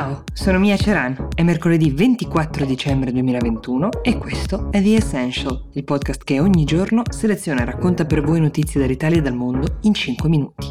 Ciao, sono Mia Ceran, è mercoledì 24 dicembre 2021 e questo è The Essential, il podcast che ogni giorno seleziona e racconta per voi notizie dall'Italia e dal mondo in 5 minuti.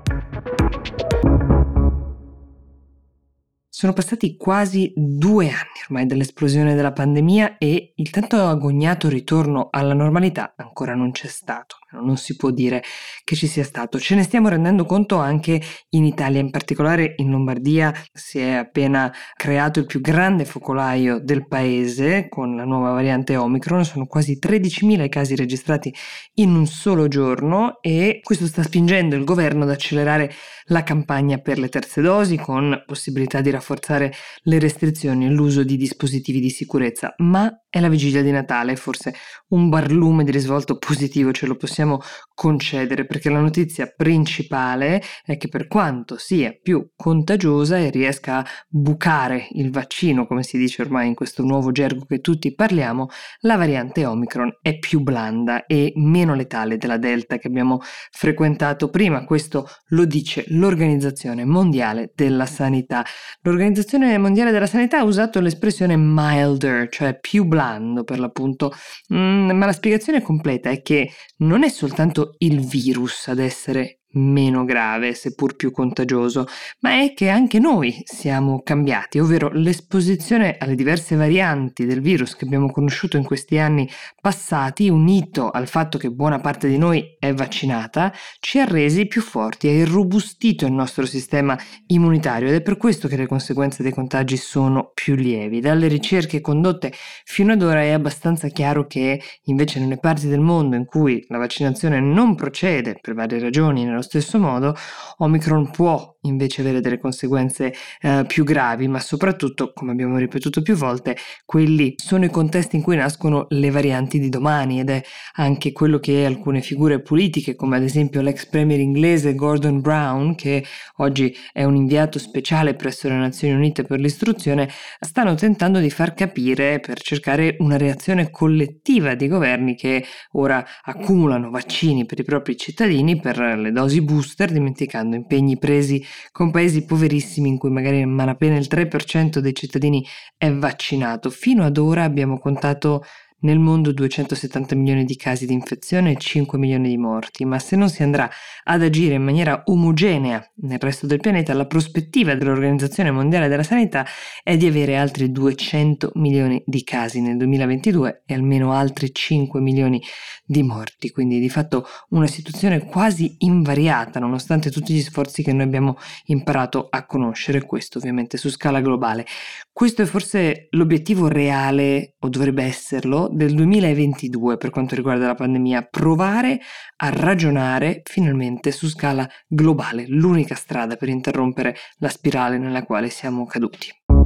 Sono passati quasi 2 anni ormai dall'esplosione della pandemia e il tanto agognato ritorno alla normalità ancora non c'è stato. Non si può dire che ci sia stato. Ce ne stiamo rendendo conto anche in Italia, in particolare in Lombardia si è appena creato il più grande focolaio del paese con la nuova variante Omicron. Sono quasi 13.000 i casi registrati in un solo giorno e questo sta spingendo il governo ad accelerare la campagna per le terze dosi con possibilità di rafforzare le restrizioni e l'uso di dispositivi di sicurezza, ma è la vigilia di Natale, forse un barlume di risvolto positivo ce lo possiamo concedere, perché la notizia principale è che per quanto sia più contagiosa e riesca a bucare il vaccino, come si dice ormai in questo nuovo gergo che tutti parliamo, la variante Omicron è più blanda e meno letale della Delta che abbiamo frequentato prima. Questo lo dice l'Organizzazione Mondiale della Sanità. L'Organizzazione Mondiale della Sanità ha usato l'espressione milder, cioè più blando per l'appunto, ma la spiegazione completa è che non è soltanto il virus ad essere meno grave, seppur più contagioso, ma è che anche noi siamo cambiati, ovvero l'esposizione alle diverse varianti del virus che abbiamo conosciuto in questi anni passati, unito al fatto che buona parte di noi è vaccinata, ci ha resi più forti, ha irrobustito il nostro sistema immunitario ed è per questo che le conseguenze dei contagi sono più lievi. Dalle ricerche condotte fino ad ora è abbastanza chiaro che invece nelle parti del mondo in cui la vaccinazione non procede per varie ragioni nello stesso modo, Omicron può invece avere delle conseguenze più gravi, ma soprattutto, come abbiamo ripetuto più volte, quelli sono i contesti in cui nascono le varianti di domani ed è anche quello che alcune figure politiche, come ad esempio l'ex premier inglese Gordon Brown, che oggi è un inviato speciale presso le Nazioni Unite per l'istruzione, stanno tentando di far capire per cercare una reazione collettiva di governi che ora accumulano vaccini per i propri cittadini per le dosi booster, dimenticando impegni presi con paesi poverissimi in cui magari malapena il 3% dei cittadini è vaccinato. Fino ad ora abbiamo contato nel mondo 270 milioni di casi di infezione e 5 milioni di morti, ma se non si andrà ad agire in maniera omogenea nel resto del pianeta, la prospettiva dell'Organizzazione Mondiale della Sanità è di avere altri 200 milioni di casi nel 2022 e almeno altri 5 milioni di morti, quindi di fatto una situazione quasi invariata nonostante tutti gli sforzi che noi abbiamo imparato a conoscere, questo ovviamente su scala globale. Questo è forse l'obiettivo reale, o dovrebbe esserlo, del 2022 per quanto riguarda la pandemia, provare a ragionare finalmente su scala globale, l'unica strada per interrompere la spirale nella quale siamo caduti.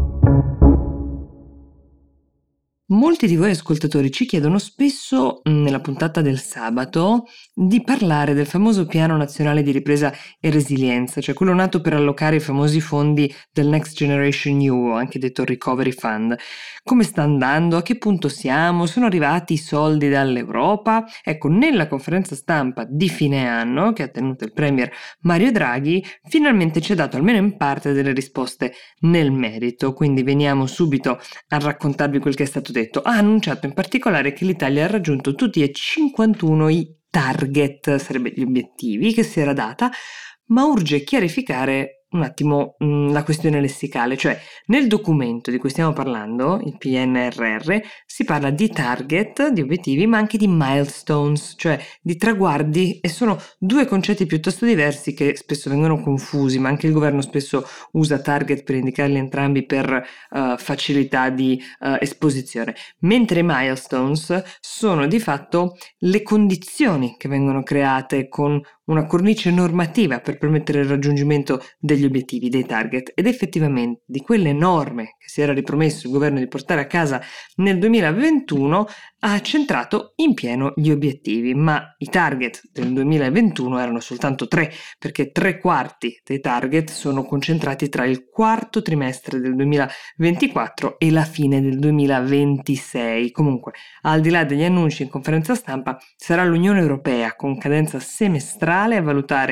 Molti di voi ascoltatori ci chiedono spesso, nella puntata del sabato, di parlare del famoso Piano Nazionale di Ripresa e Resilienza, cioè quello nato per allocare i famosi fondi del Next Generation EU, anche detto Recovery Fund. Come sta andando? A che punto siamo? Sono arrivati i soldi dall'Europa? Ecco, nella conferenza stampa di fine anno, che ha tenuto il Premier Mario Draghi, finalmente ci ha dato almeno in parte delle risposte nel merito, quindi veniamo subito a raccontarvi quel che è stato detto. Ha annunciato in particolare che l'Italia ha raggiunto tutti e 51 i target, sarebbe gli obiettivi che si era data, ma urge chiarificare un attimo la questione lessicale, cioè nel documento di cui stiamo parlando, il PNRR, si parla di target, di obiettivi, ma anche di milestones, cioè di traguardi, e sono due concetti piuttosto diversi che spesso vengono confusi, ma anche il governo spesso usa target per indicarli entrambi per facilità di esposizione, mentre milestones sono di fatto le condizioni che vengono create con una cornice normativa per permettere il raggiungimento degli obiettivi, dei target, ed effettivamente di quelle norme che si era ripromesso il governo di portare a casa nel 2021 ha centrato in pieno gli obiettivi, ma i target del 2021 erano soltanto 3, perché 3/4 dei target sono concentrati tra il quarto trimestre del 2024 e la fine del 2026. Comunque, al di là degli annunci in conferenza stampa, sarà l'Unione Europea con cadenza semestrale a valutare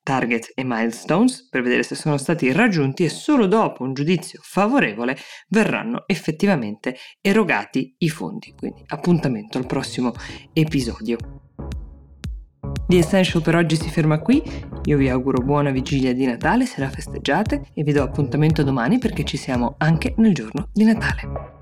target e milestones per vedere se sono stati raggiunti e solo dopo un giudizio favorevole verranno effettivamente erogati i fondi. Quindi appuntamento al prossimo episodio. The Essential per oggi si ferma qui, io vi auguro buona vigilia di Natale se la festeggiate e vi do appuntamento domani perché ci siamo anche nel giorno di Natale.